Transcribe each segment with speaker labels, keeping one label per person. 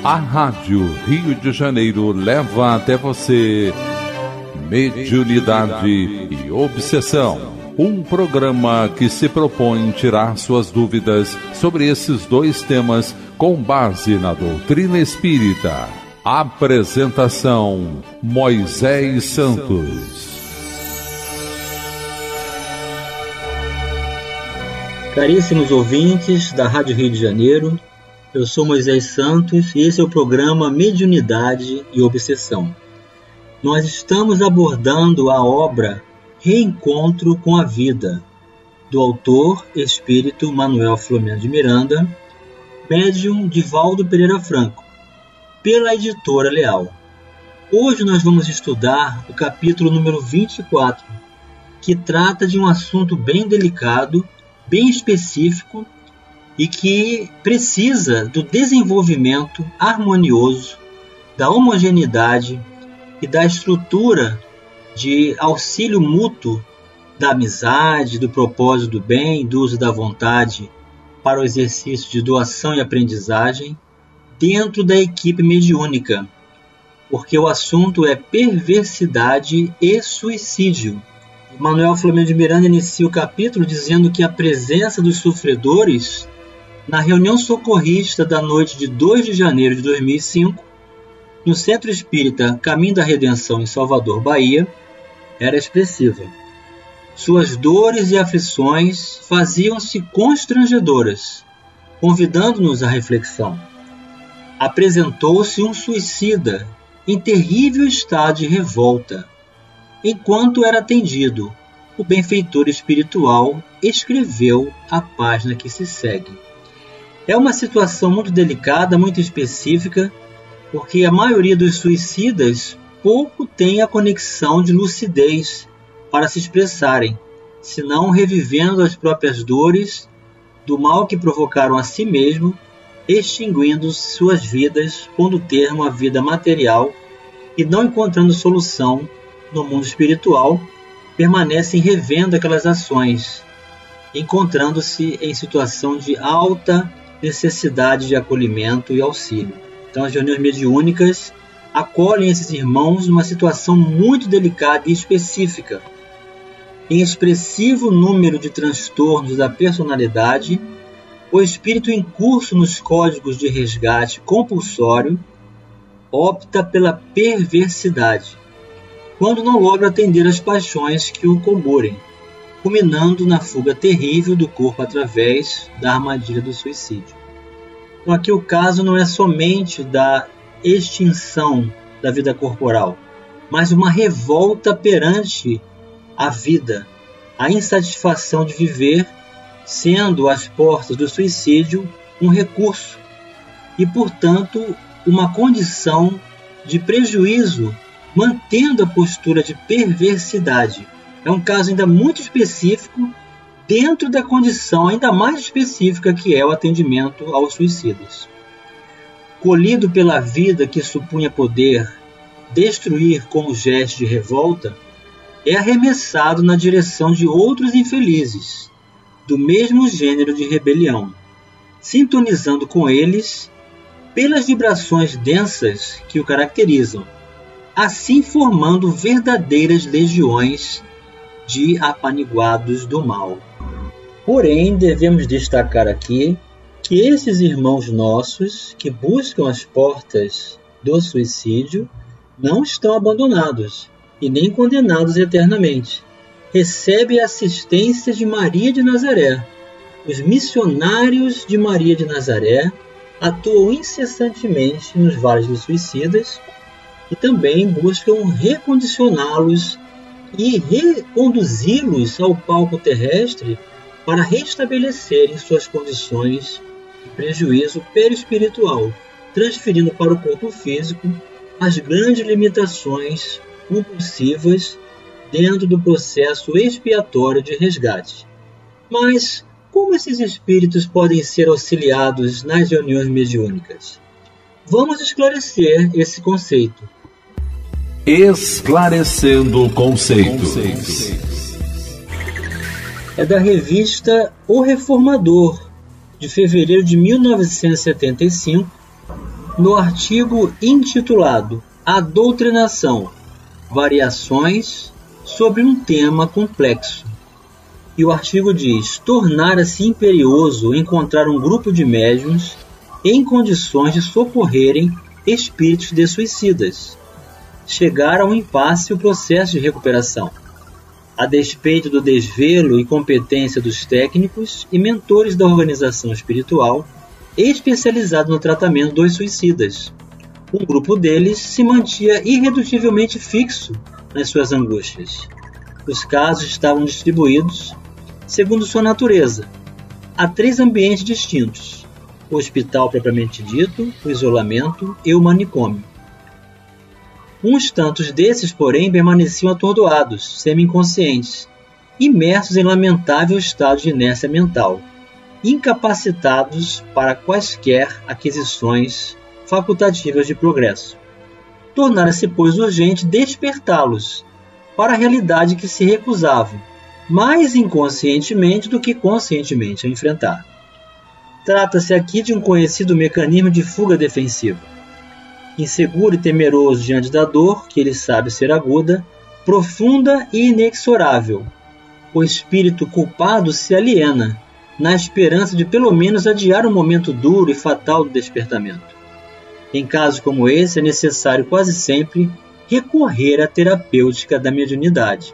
Speaker 1: A Rádio Rio de Janeiro leva até você Mediunidade e Obsessão. Um programa que se propõe tirar suas dúvidas sobre esses dois temas com base na doutrina espírita. Apresentação: Moisés Santos.
Speaker 2: Caríssimos ouvintes da Rádio Rio de Janeiro, eu sou Moisés Santos e esse é o programa Mediunidade e Obsessão. Nós estamos abordando a obra Reencontro com a Vida, do autor espírito Manuel Filomeno de Miranda, médium Divaldo Pereira Franco, pela editora Leal. Hoje nós vamos estudar o capítulo número 24, que trata de um assunto bem delicado, bem específico e que precisa do desenvolvimento harmonioso, da homogeneidade e da estrutura de auxílio mútuo, da amizade, do propósito do bem, do uso da vontade para o exercício de doação e aprendizagem dentro da equipe mediúnica, porque o assunto é perversidade e suicídio. Manuel Filomeno de Miranda inicia o capítulo dizendo que a presença dos sofredores na reunião socorrista da noite de 2 de janeiro de 2005, no Centro Espírita Caminho da Redenção em Salvador, Bahia, era expressiva. Suas dores e aflições faziam-se constrangedoras, convidando-nos à reflexão. Apresentou-se um suicida em terrível estado de revolta. Enquanto era atendido, o benfeitor espiritual escreveu a página que se segue. É uma situação muito delicada, muito específica, porque a maioria dos suicidas pouco tem a conexão de lucidez para se expressarem, senão revivendo as próprias dores do mal que provocaram a si mesmo, extinguindo suas vidas, pondo termo à vida material e não encontrando solução no mundo espiritual, permanecem revendo aquelas ações, encontrando-se em situação de alta necessidade de acolhimento e auxílio. Então as reuniões mediúnicas acolhem esses irmãos numa situação muito delicada e específica. Em expressivo número de transtornos da personalidade, o espírito em curso nos códigos de resgate compulsório opta pela perversidade, quando não logra atender às paixões que o comburem, culminando na fuga terrível do corpo através da armadilha do suicídio. Então aqui o caso não é somente da extinção da vida corporal, mas uma revolta perante a vida, a insatisfação de viver, sendo as portas do suicídio um recurso e, portanto, uma condição de prejuízo, mantendo a postura de perversidade. É um caso ainda muito específico, dentro da condição ainda mais específica que é o atendimento aos suicidas. Colhido pela vida que supunha poder destruir com o gesto de revolta, é arremessado na direção de outros infelizes, do mesmo gênero de rebelião, sintonizando com eles pelas vibrações densas que o caracterizam, assim formando verdadeiras legiões de apaniguados do mal. Porém, devemos destacar aqui que esses irmãos nossos que buscam as portas do suicídio não estão abandonados e nem condenados eternamente. Recebem a assistência de Maria de Nazaré. Os missionários de Maria de Nazaré atuam incessantemente nos vales dos suicidas e também buscam recondicioná-los e reconduzi-los ao palco terrestre para restabelecerem suas condições de prejuízo perispiritual, transferindo para o corpo físico as grandes limitações compulsivas dentro do processo expiatório de resgate. Mas como esses espíritos podem ser auxiliados nas reuniões mediúnicas? Vamos esclarecer esse conceito.
Speaker 1: Esclarecendo conceitos.
Speaker 2: É da revista O Reformador, de fevereiro de 1975, no artigo intitulado A Doutrinação, Variações sobre um tema complexo. E o artigo diz: tornara-se imperioso encontrar um grupo de médiuns em condições de socorrerem espíritos de suicidas. Chegar ao impasse o processo de recuperação, a despeito do desvelo e competência dos técnicos e mentores da organização espiritual especializado no tratamento dos suicidas. Um grupo deles se mantinha irredutivelmente fixo nas suas angústias. Os casos estavam distribuídos, segundo sua natureza, a 3 ambientes distintos: o hospital propriamente dito, o isolamento e o manicômio. Uns tantos desses, porém, permaneciam atordoados, semi-inconscientes, imersos em lamentável estado de inércia mental, incapacitados para quaisquer aquisições facultativas de progresso. Tornara-se, pois, urgente despertá-los para a realidade que se recusavam, mais inconscientemente do que conscientemente, a enfrentar. Trata-se aqui de um conhecido mecanismo de fuga defensiva. Inseguro e temeroso diante da dor, que ele sabe ser aguda, profunda e inexorável, o espírito culpado se aliena, na esperança de pelo menos adiar o momento duro e fatal do despertamento. Em casos como esse, é necessário quase sempre recorrer à terapêutica da mediunidade.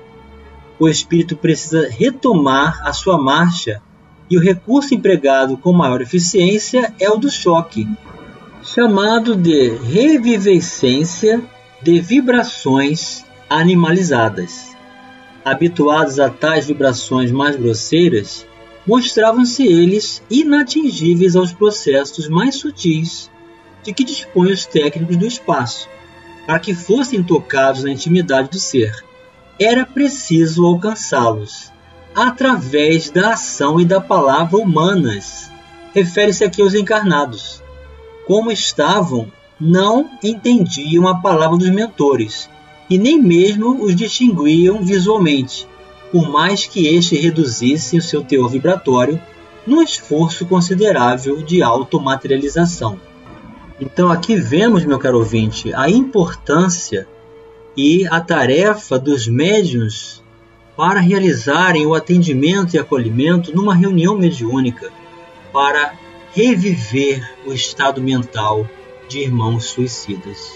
Speaker 2: O espírito precisa retomar a sua marcha e o recurso empregado com maior eficiência é o do choque, chamado de revivescência de vibrações animalizadas. Habituados a tais vibrações mais grosseiras, mostravam-se eles inatingíveis aos processos mais sutis de que dispõem os técnicos do espaço. Para que fossem tocados na intimidade do ser, era preciso alcançá-los através da ação e da palavra humanas. Refere-se aqui aos encarnados. Como estavam, não entendiam a palavra dos mentores e nem mesmo os distinguiam visualmente, por mais que estes reduzissem o seu teor vibratório num esforço considerável de automaterialização. Então aqui vemos, meu caro ouvinte, a importância e a tarefa dos médiuns para realizarem o atendimento e acolhimento numa reunião mediúnica, para reviver o estado mental de irmãos suicidas.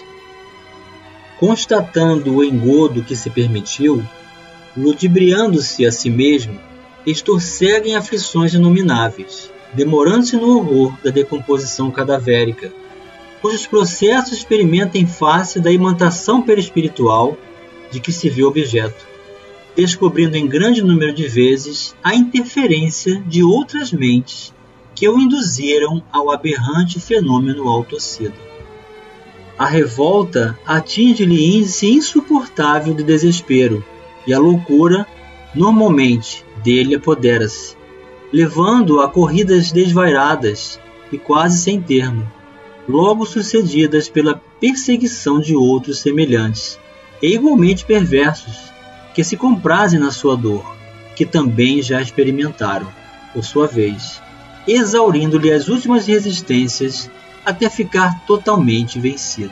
Speaker 2: Constatando o engodo que se permitiu, ludibriando-se a si mesmo, estorcegam aflições inomináveis, demorando-se no horror da decomposição cadavérica, cujos processos experimentam em face da imantação perispiritual de que se vê objeto, descobrindo em grande número de vezes a interferência de outras mentes que o induziram ao aberrante fenômeno autocida. A revolta atinge-lhe índice insuportável de desespero, e a loucura, normalmente, dele apodera-se, levando-o a corridas desvairadas e quase sem termo, logo sucedidas pela perseguição de outros semelhantes, e igualmente perversos, que se comprazem na sua dor, que também já experimentaram, por sua vez, exaurindo-lhe as últimas resistências até ficar totalmente vencido.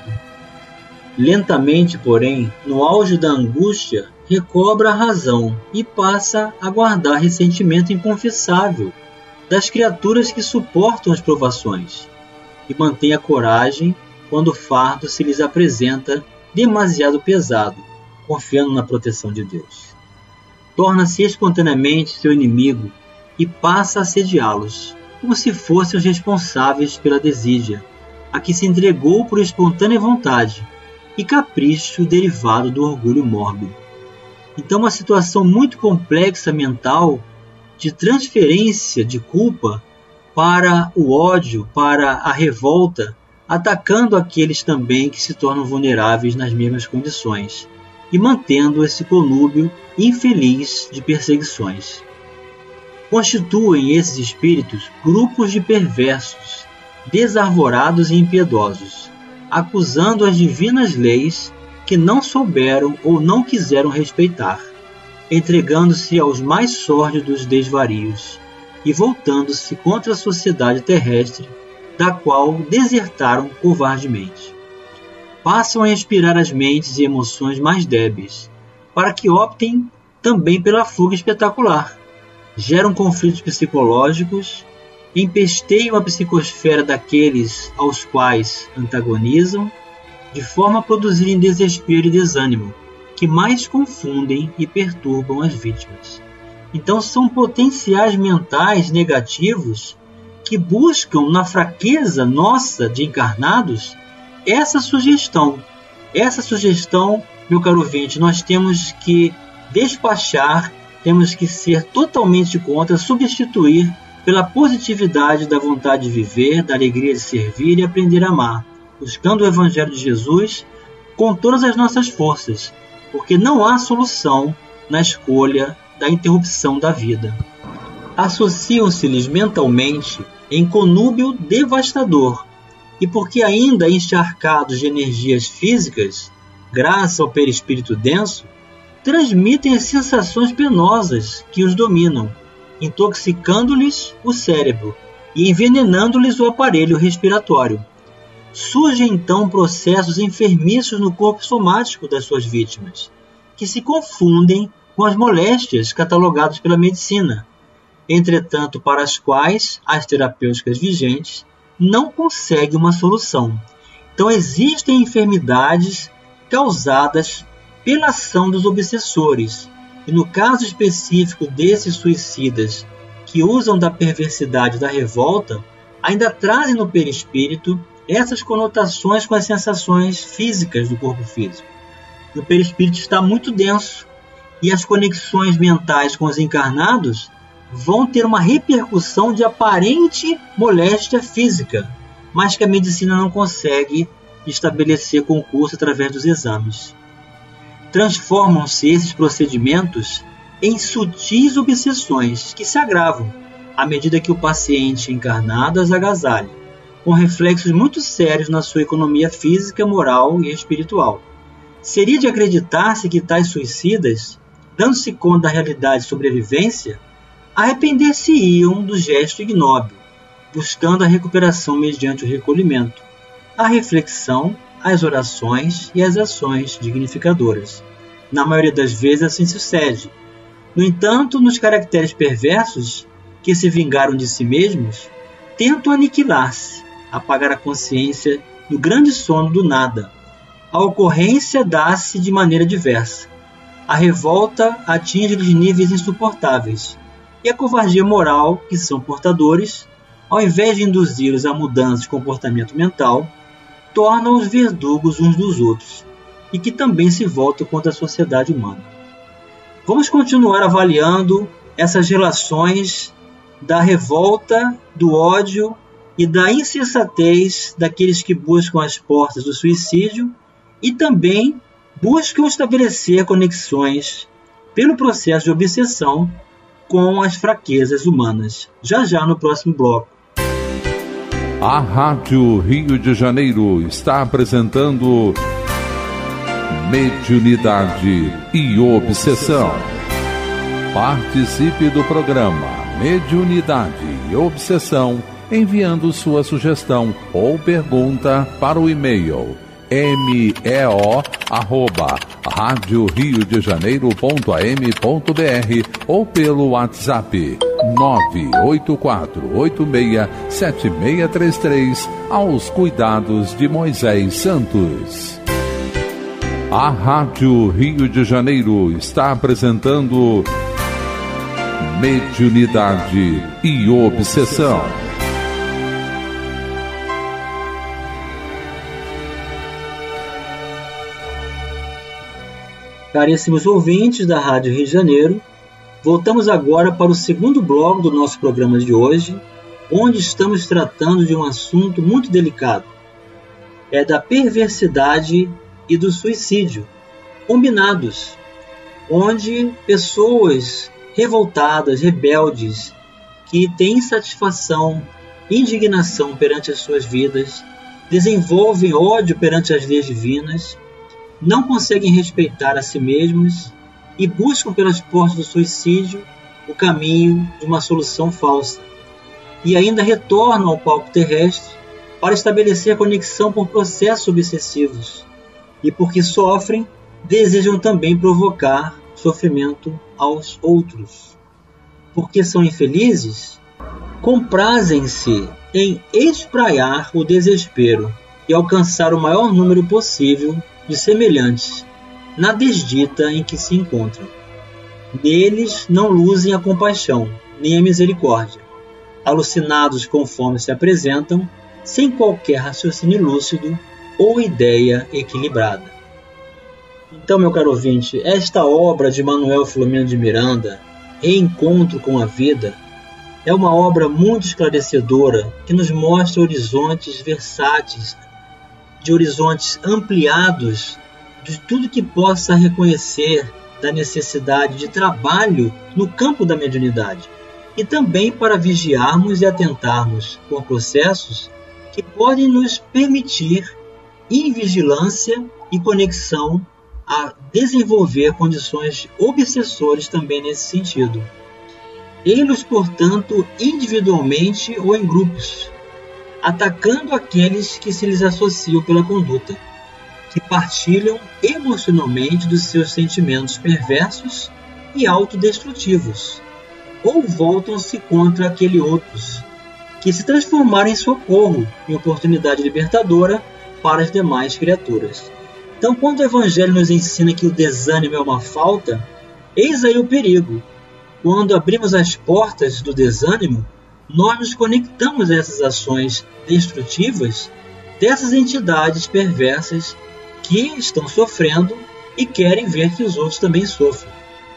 Speaker 2: Lentamente, porém, no auge da angústia, recobra a razão e passa a guardar ressentimento inconfessável das criaturas que suportam as provações, e mantém a coragem quando o fardo se lhes apresenta demasiado pesado, confiando na proteção de Deus. Torna-se espontaneamente seu inimigo e passa a assediá-los, como se fossem os responsáveis pela desídia, a que se entregou por espontânea vontade e capricho derivado do orgulho mórbido. Então, uma situação muito complexa mental de transferência de culpa para o ódio, para a revolta, atacando aqueles também que se tornam vulneráveis nas mesmas condições e mantendo esse conúbio infeliz de perseguições. Constituem esses espíritos grupos de perversos, desarvorados e impiedosos, acusando as divinas leis que não souberam ou não quiseram respeitar, entregando-se aos mais sórdidos desvarios e voltando-se contra a sociedade terrestre da qual desertaram covardemente. Passam a inspirar as mentes e emoções mais débeis, para que optem também pela fuga espetacular. Geram conflitos psicológicos, empesteiam a psicosfera daqueles aos quais antagonizam, de forma a produzirem desespero e desânimo, que mais confundem e perturbam as vítimas. Então são potenciais mentais negativos que buscam na fraqueza nossa de encarnados essa sugestão. Essa sugestão, meu caro ouvinte, nós temos que despachar, temos que ser totalmente contra, substituir pela positividade da vontade de viver, da alegria de servir e aprender a amar, buscando o Evangelho de Jesus com todas as nossas forças, porque não há solução na escolha da interrupção da vida. Associam-se-lhes mentalmente em conúbio devastador, e porque ainda encharcados de energias físicas, graças ao perispírito denso, transmitem as sensações penosas que os dominam, intoxicando-lhes o cérebro e envenenando-lhes o aparelho respiratório. Surgem então processos enfermiços no corpo somático das suas vítimas, que se confundem com as moléstias catalogadas pela medicina, entretanto para as quais as terapêuticas vigentes não conseguem uma solução. Então existem enfermidades causadas pela ação dos obsessores, e no caso específico desses suicidas que usam da perversidade da revolta, ainda trazem no perispírito essas conotações com as sensações físicas do corpo físico. O perispírito está muito denso, e as conexões mentais com os encarnados vão ter uma repercussão de aparente moléstia física, mas que a medicina não consegue estabelecer com o curso através dos exames. Transformam-se esses procedimentos em sutis obsessões que se agravam à medida que o paciente encarnado as agasalha, com reflexos muito sérios na sua economia física, moral e espiritual. Seria de acreditar-se que tais suicidas, dando-se conta da realidade de sobrevivência, arrepender-se-iam do gesto ignóbil, buscando a recuperação mediante o recolhimento, a reflexão, as orações e as ações dignificadoras. Na maioria das vezes assim sucede. No entanto, nos caracteres perversos, que se vingaram de si mesmos, tentam aniquilar-se, apagar a consciência no grande sono do nada. A ocorrência dá-se de maneira diversa. A revolta atinge-lhes níveis insuportáveis, e a covardia moral que são portadores, ao invés de induzi-los a mudança de comportamento mental, tornam-os verdugos uns dos outros, e que também se voltam contra a sociedade humana. Vamos continuar avaliando essas relações da revolta, do ódio e da insensatez daqueles que buscam as portas do suicídio e também buscam estabelecer conexões pelo processo de obsessão com as fraquezas humanas. Já no próximo bloco.
Speaker 1: A Rádio Rio de Janeiro está apresentando Mediunidade e Obsessão. Participe do programa Mediunidade e Obsessão enviando sua sugestão ou pergunta para o e-mail meo@radioriodejaneiro.am.br ou pelo WhatsApp 984867633 aos cuidados de Moisés Santos. A Rádio Rio de Janeiro está apresentando Mediunidade e Obsessão.
Speaker 2: Caríssimos ouvintes da Rádio Rio de Janeiro, voltamos agora para o segundo bloco do nosso programa de hoje, onde estamos tratando de um assunto muito delicado. É da perversidade e do suicídio, combinados, onde pessoas revoltadas, rebeldes, que têm insatisfação, indignação perante as suas vidas, desenvolvem ódio perante as leis divinas, não conseguem respeitar a si mesmos e buscam pelas portas do suicídio o caminho de uma solução falsa. E ainda retornam ao palco terrestre para estabelecer a conexão por processos obsessivos e, porque sofrem, desejam também provocar sofrimento aos outros. Porque são infelizes, comprazem-se em espraiar o desespero e alcançar o maior número possível de semelhantes na desdita em que se encontram. Neles não luzem a compaixão, nem a misericórdia, alucinados conforme se apresentam, sem qualquer raciocínio lúcido ou ideia equilibrada. Então, meu caro ouvinte, esta obra de Manuel Filomeno de Miranda, Reencontro com a Vida, é uma obra muito esclarecedora que nos mostra horizontes versáteis, de horizontes ampliados, de tudo que possa reconhecer da necessidade de trabalho no campo da mediunidade e também para vigiarmos e atentarmos por processos que podem nos permitir, em vigilância e conexão, a desenvolver condições obsessores também nesse sentido. Eles, portanto, individualmente ou em grupos, atacando aqueles que se lhes associam pela conduta, que partilham emocionalmente dos seus sentimentos perversos e autodestrutivos, ou voltam-se contra aqueles outros, que se transformaram em socorro e oportunidade libertadora para as demais criaturas. Então, quando o Evangelho nos ensina que o desânimo é uma falta, eis aí o perigo. Quando abrimos as portas do desânimo, nós nos conectamos a essas ações destrutivas dessas entidades perversas que estão sofrendo e querem ver que os outros também sofram.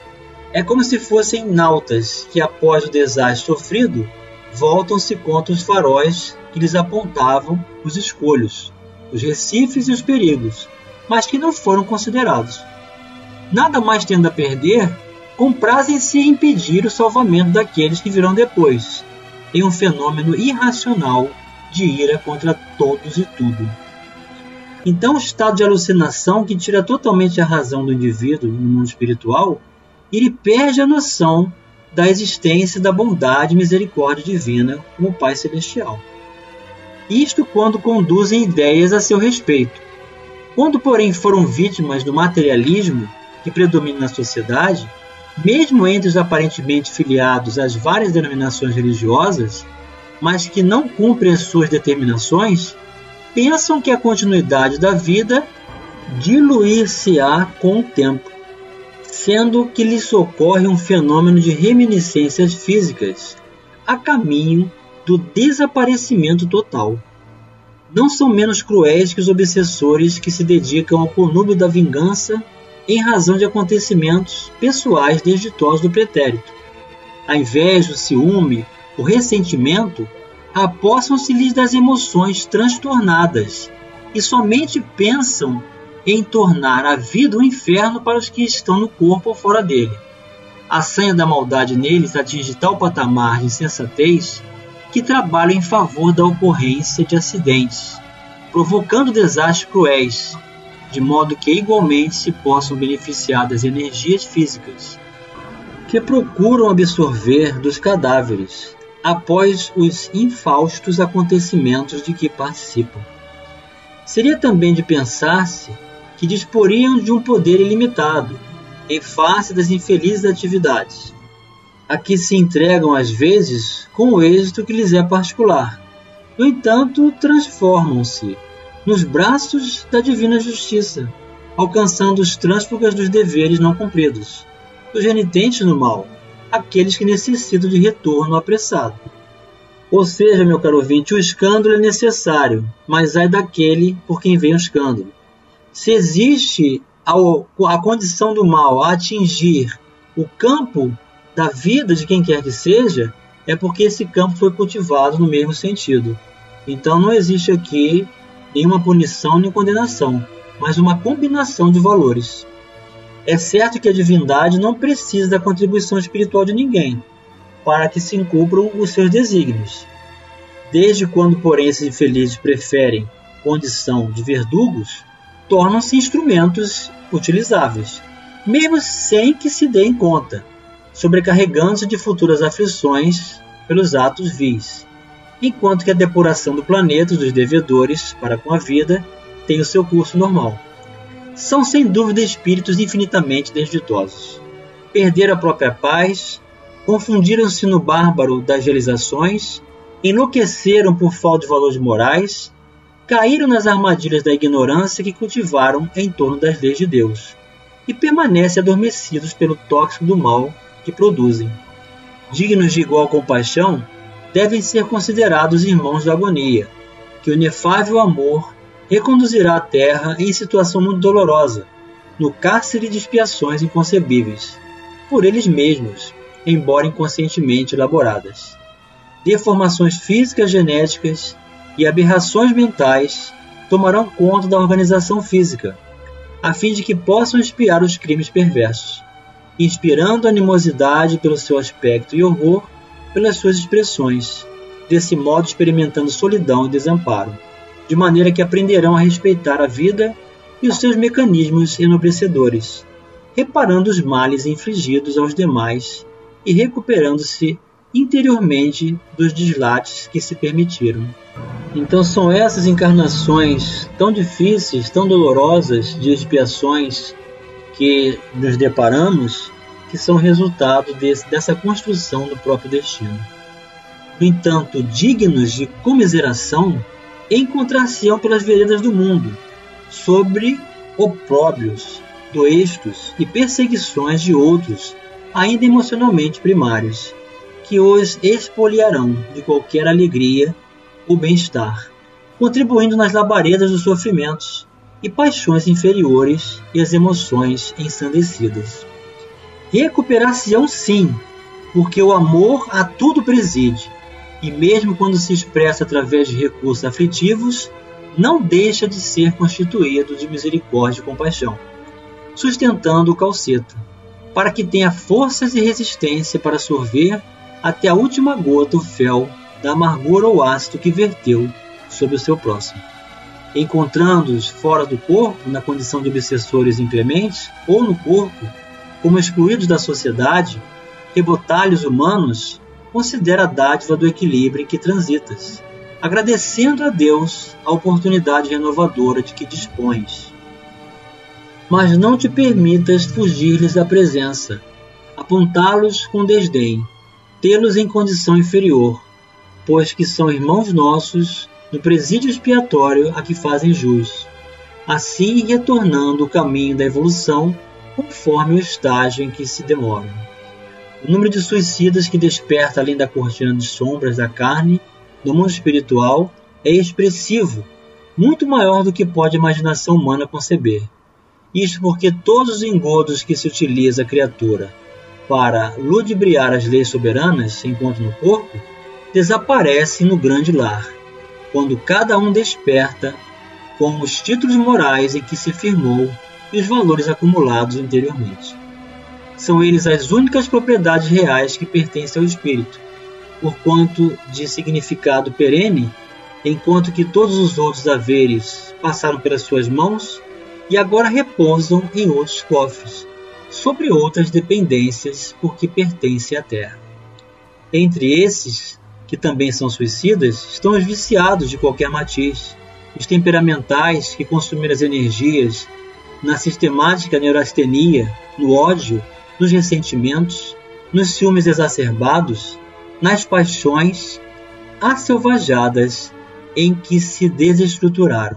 Speaker 2: É como se fossem nautas que, após o desastre sofrido, voltam-se contra os faróis que lhes apontavam os escolhos, os recifes e os perigos, mas que não foram considerados. Nada mais tendo a perder, comprazem-se em impedir o salvamento daqueles que virão depois, em um fenômeno irracional de ira contra todos e tudo. Então, o estado de alucinação que tira totalmente a razão do indivíduo no mundo espiritual, ele perde a noção da existência da bondade e misericórdia divina como Pai Celestial. Isto quando conduzem ideias a seu respeito. Quando, porém, foram vítimas do materialismo que predomina na sociedade, mesmo entre os aparentemente filiados às várias denominações religiosas, mas que não cumprem as suas determinações, pensam que a continuidade da vida diluir-se-á com o tempo, sendo que lhes socorre um fenômeno de reminiscências físicas a caminho do desaparecimento total. Não são menos cruéis que os obsessores que se dedicam ao conúbio da vingança em razão de acontecimentos pessoais desditosos do pretérito. A inveja, o ciúme, o ressentimento apossam-se-lhes das emoções transtornadas e somente pensam em tornar a vida um inferno para os que estão no corpo ou fora dele. A sanha da maldade neles atinge tal patamar de insensatez que trabalha em favor da ocorrência de acidentes, provocando desastres cruéis, de modo que igualmente se possam beneficiar das energias físicas, que procuram absorver dos cadáveres, após os infaustos acontecimentos de que participam. Seria também de pensar-se que disporiam de um poder ilimitado, em face das infelizes atividades, a que se entregam às vezes com o êxito que lhes é particular. No entanto, transformam-se nos braços da divina justiça, alcançando os trânsfugas dos deveres não cumpridos, os renitentes no mal, aqueles que necessitam de retorno apressado. Ou seja, meu caro ouvinte, o escândalo é necessário, mas ai daquele por quem vem o escândalo. Se existe a condição do mal a atingir o campo da vida de quem quer que seja, é porque esse campo foi cultivado no mesmo sentido. Então não existe aqui nenhuma punição nem condenação, mas uma combinação de valores. É certo que a divindade não precisa da contribuição espiritual de ninguém para que se cumpram os seus desígnios. Desde quando, porém, esses infelizes preferem condição de verdugos, tornam-se instrumentos utilizáveis, mesmo sem que se deem conta, sobrecarregando-se de futuras aflições pelos atos vis. enquanto que a depuração do planeta dos devedores para com a vida tem o seu curso normal. São sem dúvida espíritos infinitamente desditosos. Perderam a própria paz, confundiram-se no bárbaro das realizações, enlouqueceram por falta de valores morais, caíram nas armadilhas da ignorância que cultivaram em torno das leis de Deus e permanecem adormecidos pelo tóxico do mal que produzem. Dignos de igual compaixão, devem ser considerados irmãos da agonia, que o inefável amor reconduzirá a terra em situação muito dolorosa, no cárcere de expiações inconcebíveis, por eles mesmos, embora inconscientemente elaboradas. Deformações físicas genéticas e aberrações mentais tomarão conta da organização física, a fim de que possam expiar os crimes perversos, inspirando animosidade pelo seu aspecto e horror pelas suas expressões, desse modo experimentando solidão e desamparo, de maneira que aprenderão a respeitar a vida e os seus mecanismos enobrecedores, reparando os males infligidos aos demais e recuperando-se interiormente dos deslates que se permitiram. Então são essas encarnações tão difíceis, tão dolorosas de expiações que nos deparamos, que são resultado dessa construção do próprio destino. No entanto, dignos de comiseração, encontrar-se-ão pelas veredas do mundo, sobre opróbrios, doestos e perseguições de outros, ainda emocionalmente primários, que os expoliarão de qualquer alegria ou bem-estar, contribuindo nas labaredas dos sofrimentos e paixões inferiores e as emoções ensandecidas. Recuperar-se-ão sim, porque o amor a tudo preside, e mesmo quando se expressa através de recursos aflitivos, não deixa de ser constituído de misericórdia e compaixão, sustentando o calceta, para que tenha forças e resistência para sorver até a última gota o fel da amargura ou ácido que verteu sobre o seu próximo. Encontrando-os fora do corpo, na condição de obsessores inclementes, ou no corpo, como excluídos da sociedade, rebotalhos humanos, considera a dádiva do equilíbrio em que transitas, agradecendo a Deus a oportunidade renovadora de que dispões. Mas não te permitas fugir-lhes da presença, apontá-los com desdém, tê-los em condição inferior, pois que são irmãos nossos no presídio expiatório a que fazem jus, assim retornando o caminho da evolução conforme o estágio em que se demoram. O número de suicidas que desperta além da cortina de sombras da carne no mundo espiritual é expressivo, muito maior do que pode a imaginação humana conceber. Isto porque todos os engodos que se utiliza a criatura para ludibriar as leis soberanas enquanto no corpo, desaparecem no grande lar, quando cada um desperta com os títulos morais em que se firmou e os valores acumulados anteriormente. São eles as únicas propriedades reais que pertencem ao espírito, porquanto de significado perene, enquanto que todos os outros haveres passaram pelas suas mãos e agora repousam em outros cofres, sobre outras dependências porque pertencem à terra. Entre esses, que também são suicidas, estão os viciados de qualquer matiz, os temperamentais que consumiram as energias na sistemática neurastenia, no ódio, nos ressentimentos, nos ciúmes exacerbados, nas paixões asselvajadas em que se desestruturaram.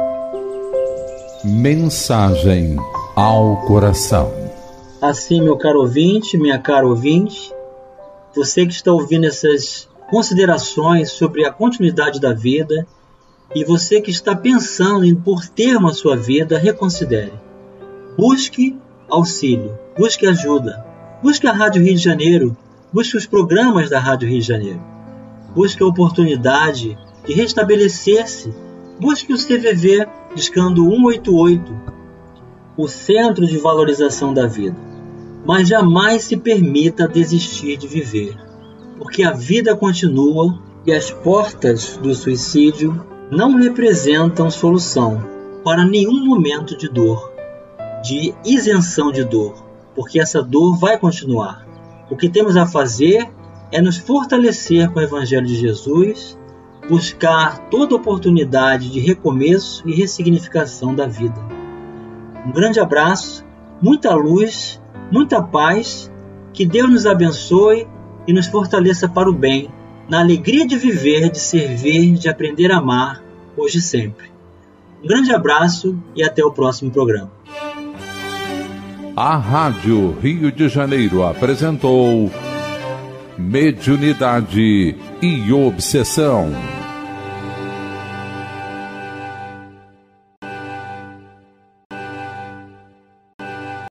Speaker 1: Mensagem ao coração.
Speaker 2: Assim, meu caro ouvinte, minha cara ouvinte, você que está ouvindo essas considerações sobre a continuidade da vida e você que está pensando em pôr termo à sua vida, reconsidere. Busque auxílio, busque ajuda, busque a Rádio Rio de Janeiro, busque os programas da Rádio Rio de Janeiro, busque a oportunidade de restabelecer-se, busque o CVV discando 188, o Centro de Valorização da Vida. Mas jamais se permita desistir de viver, porque a vida continua e as portas do suicídio não representam solução para nenhum momento de dor, de isenção de dor, porque essa dor vai continuar. O que temos a fazer é nos fortalecer com o Evangelho de Jesus, buscar toda oportunidade de recomeço e ressignificação da vida. Um grande abraço, muita luz, muita paz, que Deus nos abençoe e nos fortaleça para o bem, na alegria de viver, de servir, de aprender a amar, hoje e sempre. Um grande abraço e até o próximo programa.
Speaker 1: A Rádio Rio de Janeiro apresentou Mediunidade e Obsessão.